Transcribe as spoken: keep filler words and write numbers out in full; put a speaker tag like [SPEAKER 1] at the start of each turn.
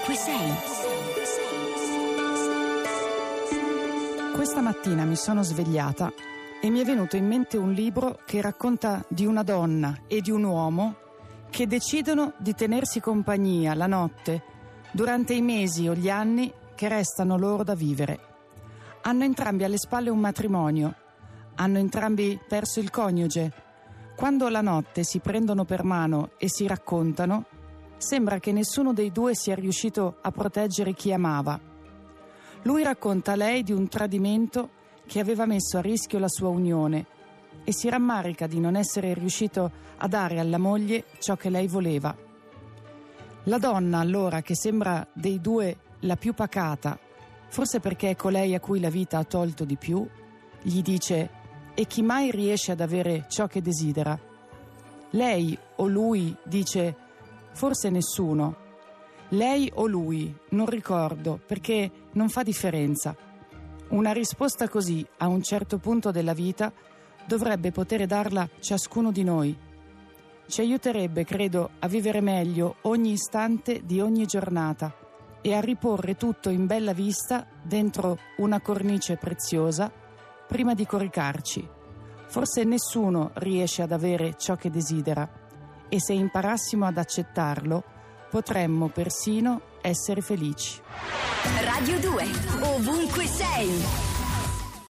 [SPEAKER 1] ovunque sei.
[SPEAKER 2] Questa mattina mi sono svegliata e mi è venuto in mente un libro che racconta di una donna e di un uomo che decidono di tenersi compagnia la notte durante i mesi o gli anni che restano loro da vivere. Hanno entrambi alle spalle un matrimonio, hanno entrambi perso il coniuge. Quando la notte si prendono per mano e si raccontano, sembra che nessuno dei due sia riuscito a proteggere chi amava. Lui racconta a lei di un tradimento che aveva messo a rischio la sua unione e si rammarica di non essere riuscito a dare alla moglie ciò che lei voleva. La donna, allora, che sembra dei due la più pacata, forse perché è colei a cui la vita ha tolto di più, gli dice: e chi mai riesce ad avere ciò che desidera? Lei o lui dice: forse nessuno. Lei o lui, non ricordo, perché non fa differenza. Una risposta così, a un certo punto della vita, dovrebbe poter darla ciascuno di noi. Ci aiuterebbe, credo, a vivere meglio ogni istante di ogni giornata e a riporre tutto in bella vista dentro una cornice preziosa prima di coricarci. Forse nessuno riesce ad avere ciò che desidera e se imparassimo ad accettarlo potremmo persino essere felici.
[SPEAKER 1] Radio due, ovunque sei.